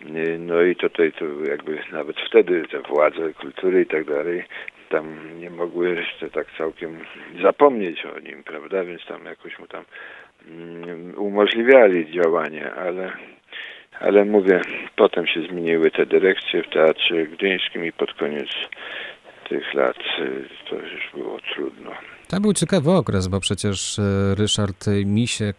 No i tutaj to jakby nawet wtedy te władze kultury i tak dalej tam nie mogły jeszcze tak całkiem zapomnieć o nim, prawda? Więc tam jakoś mu tam um, umożliwiali działanie, ale ale mówię, potem się zmieniły te dyrekcje w Teatrze Gdyńskim i pod koniec tych lat to już było trudno. To był ciekawy okres, bo przecież Ryszard Misiek,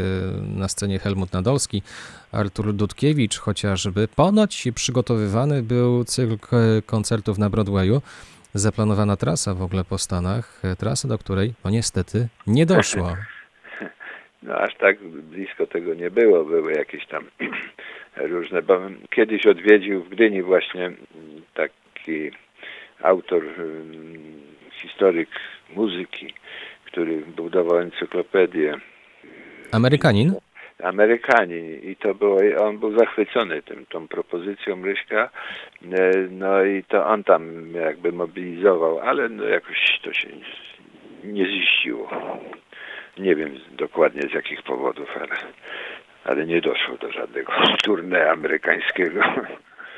na scenie Helmut Nadolski, Artur Dudkiewicz chociażby. Ponoć przygotowywany był cykl koncertów na Broadwayu. Zaplanowana trasa w ogóle po Stanach, trasa, do której no niestety nie doszło. No aż tak blisko tego nie było, były jakieś tam różne, bo kiedyś odwiedził w Gdyni właśnie taki autor, historyk muzyki, który budował encyklopedię. Amerykanin? Amerykanin i to było, on był zachwycony tym, tą propozycją Ryśka, no i to on tam jakby mobilizował, ale no jakoś to się nie ziściło. Nie wiem dokładnie z jakich powodów, ale, ale nie doszło do żadnego tournée amerykańskiego.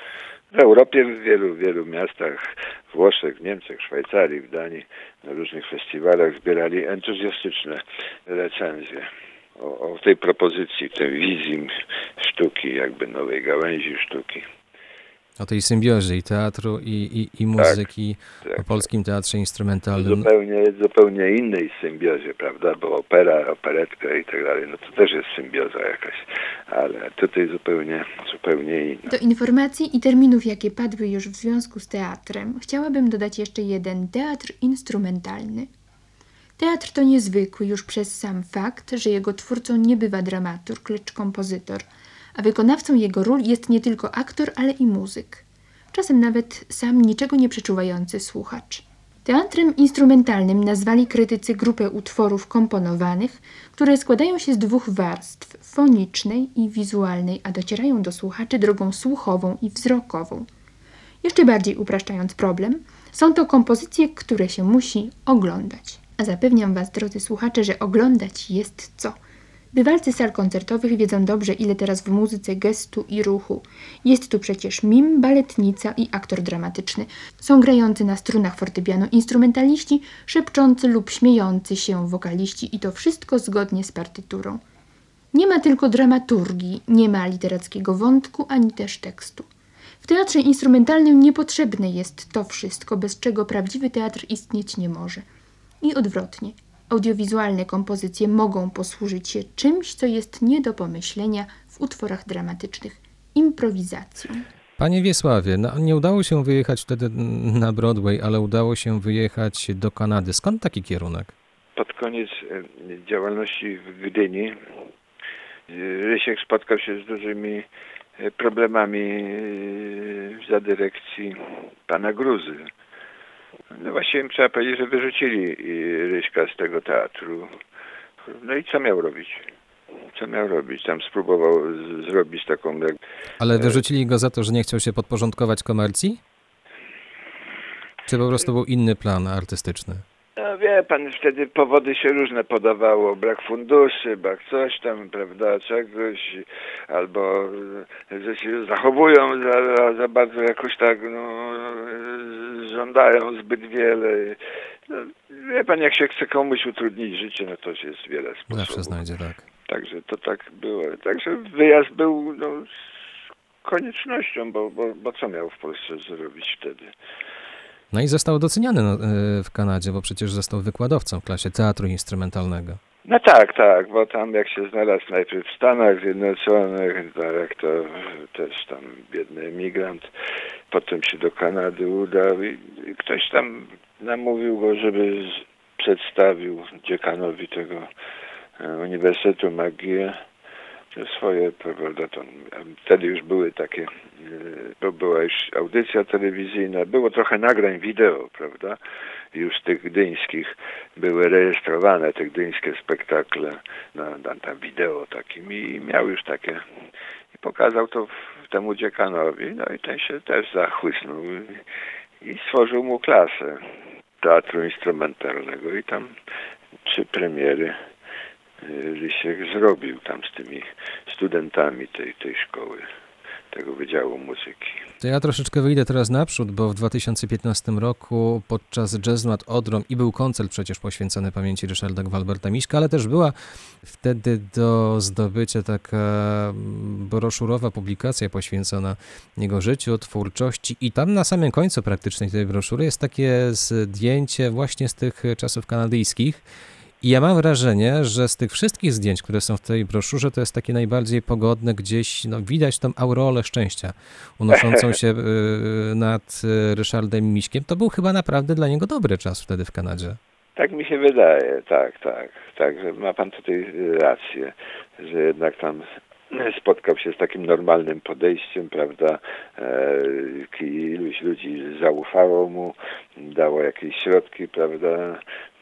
W Europie, w wielu, wielu miastach, w Włoszech, w Niemczech, Szwajcarii, w Danii, na różnych festiwalach zbierali entuzjastyczne recenzje o, o tej propozycji, tej wizji sztuki, jakby nowej gałęzi sztuki. O tej symbiozie i teatru, i, i, i muzyki, tak, o polskim teatrze instrumentalnym. Zupełnie, zupełnie innej symbiozie, prawda, bo opera, operetka i tak dalej, no to też jest symbioza jakaś, ale tutaj zupełnie, zupełnie inna. Do informacji i terminów, jakie padły już w związku z teatrem, chciałabym dodać jeszcze jeden: teatr instrumentalny. Teatr to niezwykły już przez sam fakt, że jego twórcą nie bywa dramaturg, lecz kompozytor, a wykonawcą jego ról jest nie tylko aktor, ale i muzyk. Czasem nawet sam niczego nie przeczuwający słuchacz. Teatrem instrumentalnym nazwali krytycy grupę utworów komponowanych, które składają się z dwóch warstw, fonicznej i wizualnej, a docierają do słuchaczy drogą słuchową i wzrokową. Jeszcze bardziej upraszczając problem, są to kompozycje, które się musi oglądać. A zapewniam Was, drodzy słuchacze, że oglądać jest co. Bywalcy sal koncertowych wiedzą dobrze, ile teraz w muzyce gestu i ruchu. Jest tu przecież mim, baletnica i aktor dramatyczny. Są grający na strunach fortepianu instrumentaliści, szepczący lub śmiejący się wokaliści i to wszystko zgodnie z partyturą. Nie ma tylko dramaturgii, nie ma literackiego wątku, ani też tekstu. W teatrze instrumentalnym niepotrzebne jest to wszystko, bez czego prawdziwy teatr istnieć nie może. I odwrotnie. Audiowizualne kompozycje mogą posłużyć się czymś, co jest nie do pomyślenia w utworach dramatycznych – improwizacją. Panie Wiesławie, no, nie udało się wyjechać wtedy na Broadway, ale udało się wyjechać do Kanady. Skąd taki kierunek? Pod koniec działalności w Gdyni Rysiek spotkał się z dużymi problemami za dyrekcji pana Gruzy. No właściwie trzeba powiedzieć, że wyrzucili Ryśka z tego teatru. No i co miał robić? Co miał robić? Tam spróbował z- zrobić taką... Jak... Ale wyrzucili go za to, że nie chciał się podporządkować komercji? Czy po prostu był inny plan artystyczny? No wie pan, wtedy powody się różne podawało, brak funduszy, brak coś tam, prawda, czegoś, albo że się zachowują za, za, za bardzo jakoś tak, no, żądają zbyt wiele. No, wie pan, jak się chce komuś utrudnić życie, no to jest wiele sposobów. Zawsze znajdzie, tak. Także to tak było. Także wyjazd był no, koniecznością, bo, bo, bo co miał w Polsce zrobić wtedy? No i został doceniany no, y, w Kanadzie, bo przecież został wykładowcą w klasie teatru instrumentalnego. No tak, tak, bo tam jak się znalazł najpierw w Stanach Zjednoczonych, tak jak to też tam biedny emigrant, potem się do Kanady udał i, i ktoś tam namówił go, żeby z, przedstawił dziekanowi tego e, Uniwersytetu McGill swoje, prawda, to, wtedy już były takie, to była już audycja telewizyjna, było trochę nagrań wideo, prawda, już tych gdyńskich były rejestrowane, te gdyńskie spektakle na, na, na wideo takim i miał już takie, i pokazał to w, temu dziekanowi, no i ten się też zachłysnął i, i stworzył mu klasę teatru instrumentalnego i tam trzy premiery Rysiek zrobił tam z tymi studentami tej, tej szkoły, tego Wydziału Muzyki. To ja troszeczkę wyjdę teraz naprzód, bo w dwa tysiące piętnastym roku podczas Jazz nad Odrą i był koncert przecież poświęcony pamięci Ryszarda Gwalberta Miśka, ale też była wtedy do zdobycia taka broszurowa publikacja poświęcona jego życiu, twórczości i tam na samym końcu praktycznie tej broszury jest takie zdjęcie właśnie z tych czasów kanadyjskich. I ja mam wrażenie, że z tych wszystkich zdjęć, które są w tej broszurze, to jest takie najbardziej pogodne, gdzieś no, widać tą aureolę szczęścia unoszącą się y, nad Ryszardem Miśkiem. To był chyba naprawdę dla niego dobry czas wtedy w Kanadzie. Tak mi się wydaje, tak, tak. Tak, że ma pan tutaj rację, że jednak tam spotkał się z takim normalnym podejściem, prawda, e, iluś ludzi zaufało mu, dało jakieś środki, prawda,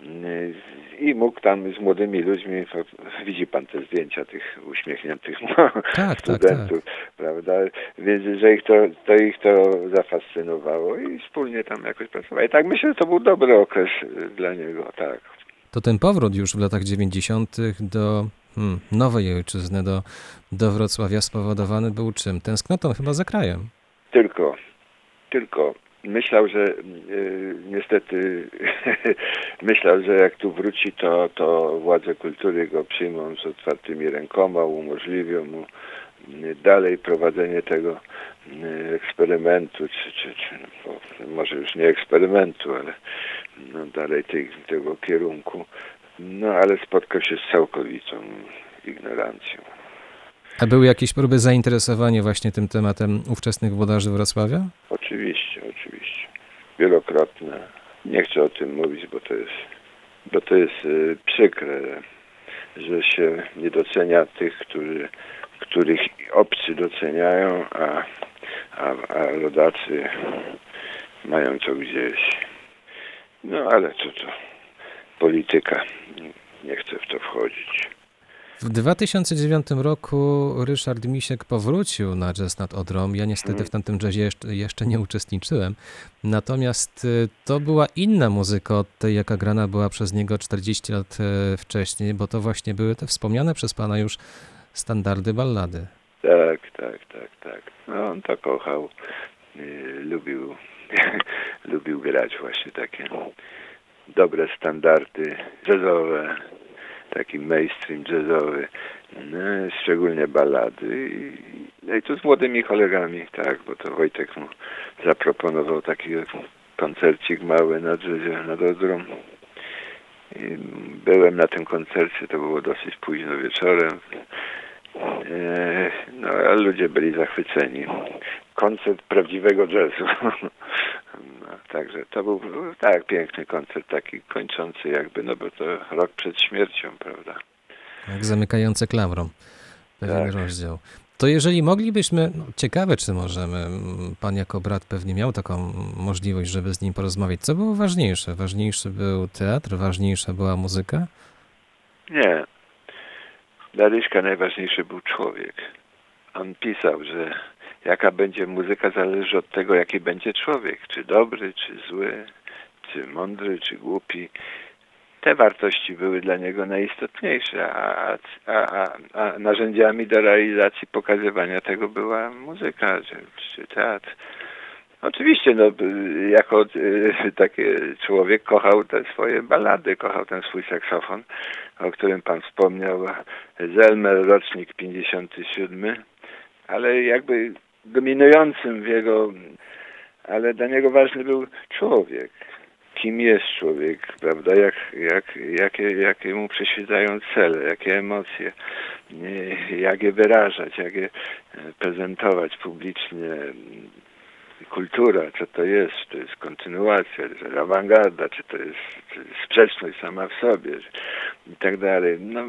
i mógł tam z młodymi ludźmi, widzi pan te zdjęcia tych uśmiechniętych tak, studentów, tak, tak. prawda, więc że ich to, to ich to zafascynowało i wspólnie tam jakoś pracowali. Tak myślę, że to był dobry okres dla niego, tak. To ten powrót już w latach dziewięćdziesiątych do hmm, nowej ojczyzny, do, do Wrocławia spowodowany był czym? Tęsknotą chyba za krajem. Tylko, tylko myślał, że y, niestety myślał, że jak tu wróci, to, to władze kultury go przyjmą z otwartymi rękoma, umożliwią mu y, dalej prowadzenie tego y, eksperymentu, czy, czy, czy no, może już nie eksperymentu, ale no, dalej tej, tego kierunku. No ale spotkał się z całkowitą ignorancją. A były jakieś próby zainteresowania właśnie tym tematem ówczesnych włodarzy Wrocławia? Oczywiście, oczywiście. Wielokrotne. Nie chcę o tym mówić, bo to jest, bo to jest y, przykre, że się nie docenia tych, którzy, których obcy doceniają, a, a, a rodacy mają co gdzieś. No ale co to? Polityka. Nie chcę w to wchodzić. W dwa tysiące dziewiątym roku Ryszard Misiek powrócił na Jazz nad Odrą. Ja niestety w tamtym jazzie jeszcze, jeszcze nie uczestniczyłem. Natomiast y, to była inna muzyka od tej, jaka grana była przez niego czterdzieści lat y, wcześniej, bo to właśnie były te wspomniane przez pana już standardy ballady. Tak, tak, tak, tak. No on to kochał. Y, lubił, lubił grać właśnie takie dobre standardy jazzowe. Taki mainstream jazzowy, no, szczególnie ballady. I, no i tu z młodymi kolegami, tak, bo to Wojtek mu zaproponował taki koncercik mały na jazzie nad Odrą. I byłem na tym koncercie, to było dosyć późno wieczorem. E, no, a ludzie byli zachwyceni. Koncert prawdziwego jazzu. No, także to był tak piękny koncert, taki kończący jakby, no bo to rok przed śmiercią, prawda? Jak zamykające klamrą pewien Tak. rozdział. To jeżeli moglibyśmy, no, ciekawe czy możemy, pan jako brat pewnie miał taką możliwość, żeby z nim porozmawiać. Co było ważniejsze? Ważniejszy był teatr? Ważniejsza była muzyka? Nie. Dla Ryśka najważniejszy był człowiek. On pisał, że jaka będzie muzyka zależy od tego, jaki będzie człowiek. Czy dobry, czy zły, czy mądry, czy głupi. Te wartości były dla niego najistotniejsze, a, a, a, a narzędziami do realizacji pokazywania tego była muzyka, czy, czy teatr. Oczywiście, no, jako y, taki człowiek kochał te swoje ballady, kochał ten swój saksofon, o którym pan wspomniał, Zelmer, rocznik pięćdziesiąty siódmy, ale jakby dominującym w jego, ale dla niego ważny był człowiek. Kim jest człowiek, prawda? Jak, jak, jakie, jakie mu przyświecają cele, jakie emocje, jak je wyrażać, jak je prezentować publicznie. Kultura, co to jest, czy to jest kontynuacja, czy to jest awangarda, czy to jest, czy jest sprzeczność sama w sobie i tak dalej. No.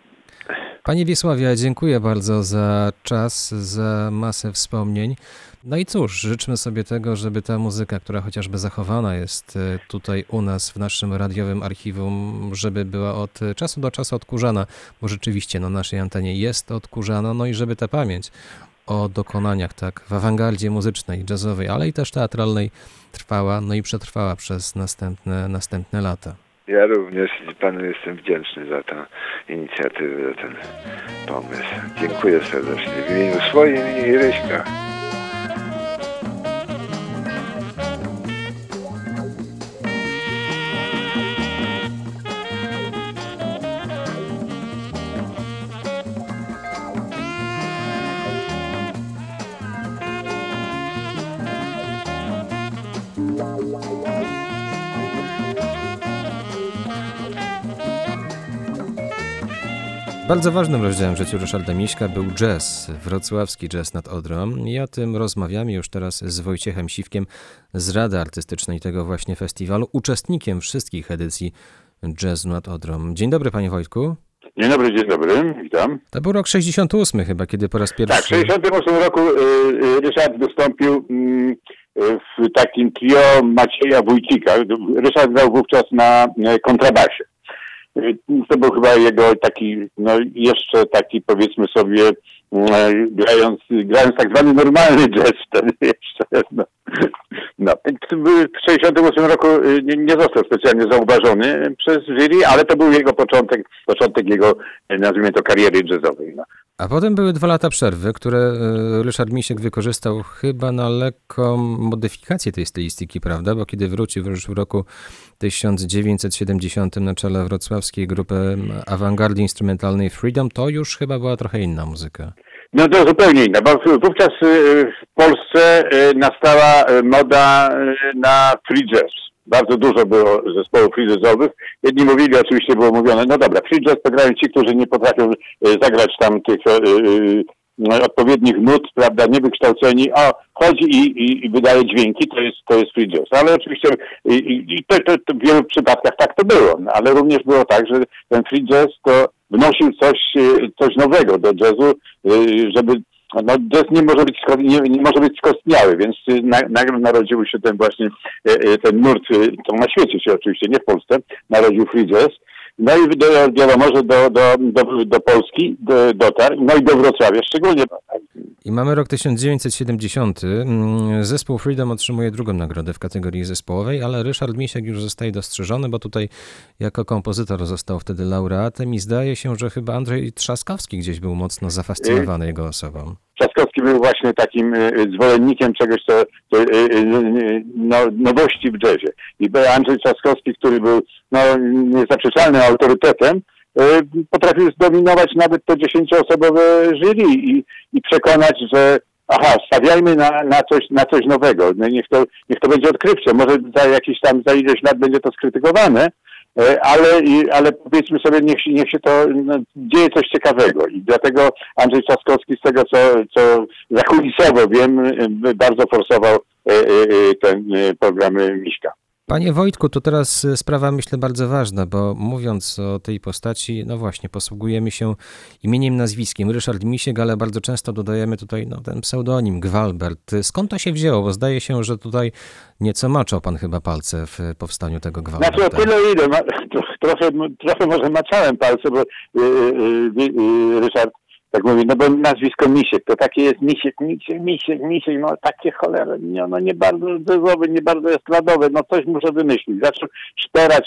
Panie Wiesławie, dziękuję bardzo za czas, za masę wspomnień. No i cóż, życzmy sobie tego, żeby ta muzyka, która chociażby zachowana jest tutaj u nas w naszym radiowym archiwum, żeby była od czasu do czasu odkurzana, bo rzeczywiście na naszej antenie jest odkurzana, no i żeby ta pamięć o dokonaniach tak w awangardzie muzycznej, jazzowej, ale i też teatralnej trwała, no i przetrwała przez następne, następne lata. Ja również panu jestem wdzięczny za tę inicjatywę, za ten pomysł. Dziękuję serdecznie w imieniu swoim i Ryśka. Bardzo ważnym rozdziałem w życiu Ryszarda Miśka był jazz, wrocławski jazz nad Odrą i o tym rozmawiamy już teraz z Wojciechem Siwkiem z Rady Artystycznej tego właśnie festiwalu, uczestnikiem wszystkich edycji Jazzu nad Odrą. Dzień dobry, panie Wojtku. Dzień dobry, dzień dobry, witam. To był rok sześćdziesiąty ósmy chyba, kiedy po raz pierwszy... Tak, w sześćdziesiątym ósmym roku y, y, Ryszard wystąpił y, w takim trio Macieja Wójcika. Ryszard grał wówczas na y, kontrabasie. To był chyba jego taki, no jeszcze taki, powiedzmy sobie, grając, grając tak zwany normalny jazz wtedy jeszcze. No. No. W sześćdziesiątym ósmym roku nie, nie został specjalnie zauważony przez jury, ale to był jego początek, początek jego, nazwijmy to, kariery jazzowej. No. A potem były dwa lata przerwy, które e, Ryszard Misiek wykorzystał chyba na lekką modyfikację tej stylistyki, prawda? Bo kiedy wrócił już w roku tysiąc dziewięćset siedemdziesiątym na czele wrocławskiej grupy awangardy instrumentalnej Freedom, to już chyba była trochę inna muzyka. No to zupełnie inna, bo wówczas w Polsce nastała moda na free jazz. Bardzo dużo było zespołów free jazzowych. Jedni mówili, oczywiście było mówione, no dobra, free jazz to grają ci, którzy nie potrafią zagrać tam tych no, odpowiednich nut, prawda, niewykształceni, a chodzi i, i, i wydaje dźwięki, to jest, to jest free jazz. Ale oczywiście i, i to, to, to w wielu przypadkach tak to było, no, ale również było tak, że ten free jazz to wnosił coś, coś nowego do jazzu, żeby no, jazz nie może być, nie, nie może być skostniały, więc nagle narodził się ten właśnie ten nurt, to na świecie się oczywiście, nie w Polsce, narodził free jazz. No i do, wiadomo, że do, do, do, do Polski do, dotarł, no i do Wrocławia szczególnie. I mamy rok tysiąc dziewięćset siedemdziesiąty. Zespół Freedom otrzymuje drugą nagrodę w kategorii zespołowej, ale Ryszard Misiek już zostaje dostrzeżony, bo tutaj jako kompozytor został wtedy laureatem i zdaje się, że chyba Andrzej Trzaskowski gdzieś był mocno zafascynowany jego osobą. Trzaskowski był właśnie takim zwolennikiem czegoś, co, co no, nowości w jazzie. I Andrzej Trzaskowski, który był no, niezaprzeczalnym autorytetem, potrafił zdominować nawet to dziesięcioosobowe jury i, i przekonać, że aha, stawiajmy na, na, coś, na coś nowego. No, niech, to, niech to będzie odkrywcze. Może za jakiś tam, za ileś lat będzie to skrytykowane, ale, ale powiedzmy sobie, niech, niech się to no, dzieje coś ciekawego. I dlatego Andrzej Trzaskowski, z tego co, co zakulisowo wiem, bardzo forsował ten program Miśka. Panie Wojtku, to teraz sprawa, myślę, bardzo ważna, bo mówiąc o tej postaci, no właśnie, posługujemy się imieniem, nazwiskiem Ryszard Misiek, ale bardzo często dodajemy tutaj no, ten pseudonim Gvalbert. Skąd to się wzięło? Bo zdaje się, że tutaj nieco maczał pan chyba palce w powstaniu tego Gvalberta. Znaczy o tyle ile, ma, trochę, trochę może maczałem palce, bo yy, yy, yy, Ryszard tak mówi, no bo nazwisko Misiek, to takie jest Misiek, Misiek, Misiek, Misiek, no takie cholera, no, no nie bardzo jazzowe, nie bardzo estradowe, no coś muszę wymyślić. Zaczął szperać,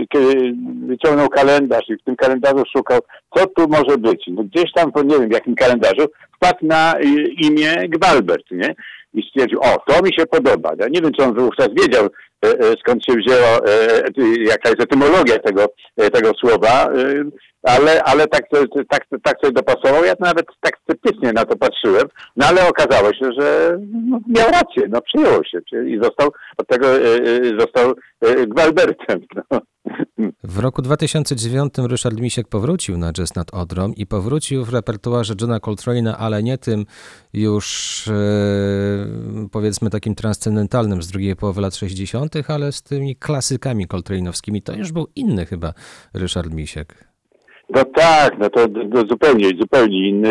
wyciągnął kalendarz i w tym kalendarzu szukał, co tu może być. No gdzieś tam, nie wiem w jakim kalendarzu, wpadł na imię Gvalbert, nie? I stwierdził, o, to mi się podoba. Ja nie wiem, czy on wówczas wiedział, skąd się wzięło, jaka jest etymologia tego, tego słowa, ale, ale tak, tak, tak sobie dopasował. Ja nawet tak sceptycznie na to patrzyłem, no ale okazało się, że no, miał rację, no przyjęło się i został od tego został Gvalbertem. No. W roku dwa tysiące dziewiątym Ryszard Misiek powrócił na Jazz nad Odrą i powrócił w repertuarze Johna Coltrane'a, ale nie tym już e, powiedzmy takim transcendentalnym z drugiej połowy lat sześćdziesiątych, ale z tymi klasykami coltrane'owskimi. To już był inny chyba Ryszard Misiek. No tak, no to, to zupełnie, zupełnie inny,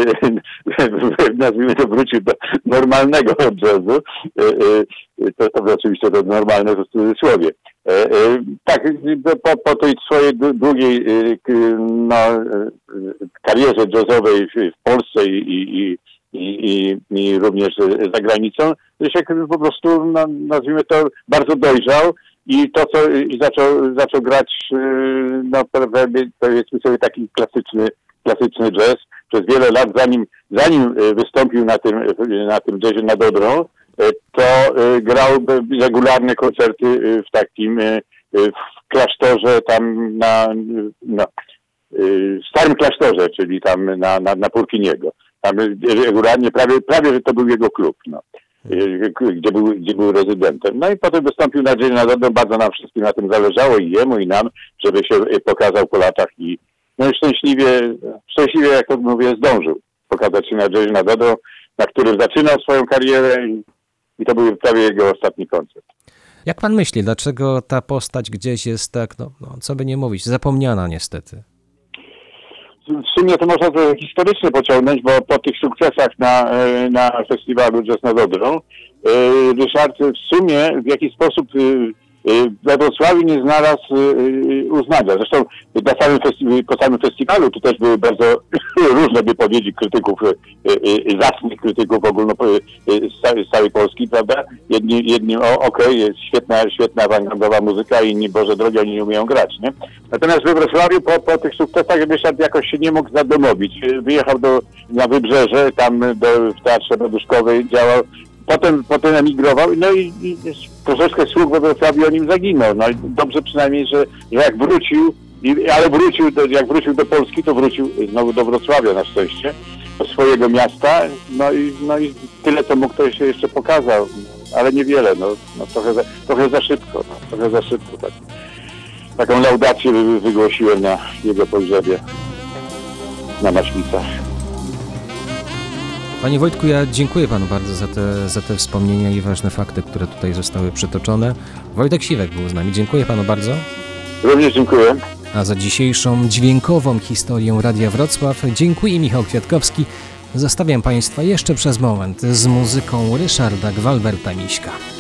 nazwijmy to, wrócił do normalnego jazzu, to, to oczywiście to normalne w cudzysłowie. Tak, po, po tej swojej długiej no, karierze jazzowej w Polsce i, i, i, i, i również za granicą, Rysiek po prostu, no, nazwijmy to, bardzo dojrzał. I to, co i zaczął, zaczął grać, no powiedzmy sobie taki klasyczny, klasyczny jazz. Przez wiele lat, zanim, zanim wystąpił na tym, na tym jazzie nad Odrą, to grał regularne koncerty w takim, w klasztorze tam na, no, w starym klasztorze, czyli tam na, na, na Purkiniego. Tam regularnie, prawie, prawie, że to był jego klub, no. Gdzie był, gdzie był rezydentem. No i potem wystąpił na Jazzie nad Odrą, bardzo nam wszystkim na tym zależało i jemu, i nam, żeby się pokazał po latach i no i szczęśliwie, szczęśliwie, jak to mówię, zdążył pokazać się na Jazzie nad Odrą, na którym zaczynał swoją karierę i, i to był prawie jego ostatni koncert. Jak pan myśli, dlaczego ta postać gdzieś jest tak, no, no co by nie mówić, zapomniana niestety? W sumie to można to historycznie pociągnąć, bo po tych sukcesach na, na festiwalu Jazz nad Odrą Ryszard w sumie w jakiś sposób we Wrocławiu nie znalazł uznania. Zresztą na samym festi- po samym festiwalu tu też były bardzo różne wypowiedzi krytyków, zacnych krytyków ogólno z całej Polski, prawda? Jedni, jedni o, okej, okay, jest świetna, świetna awangardowa muzyka, inni, Boże drogi, oni nie umieją grać, nie? Natomiast we Wrocławiu po, po tych sukcesach Ryszard jakoś się nie mógł zadomowić. Wyjechał do, na Wybrzeże, tam do, w Teatrze Raduszkowej działał. Potem, potem emigrował, no i, i troszeczkę słuch we Wrocławiu o nim zaginął. No i dobrze przynajmniej, że, że jak wrócił, i, ale wrócił, do, jak wrócił do Polski, to wrócił znowu do Wrocławia na szczęście, do swojego miasta, no i, no i tyle, co mógł, to się jeszcze pokazał, ale niewiele, no, no trochę, za, trochę za szybko, no, trochę za szybko. Tak. Taką laudację wy, wygłosiłem na jego pogrzebie na Maślicach. Panie Wojtku, ja dziękuję panu bardzo za te, za te wspomnienia i ważne fakty, które tutaj zostały przytoczone. Wojtek Siwek był z nami. Dziękuję panu bardzo. Również dziękuję. A za dzisiejszą dźwiękową historię Radia Wrocław dziękuję, Michał Kwiatkowski. Zostawiam państwa jeszcze przez moment z muzyką Ryszarda Gwalberta Miśka.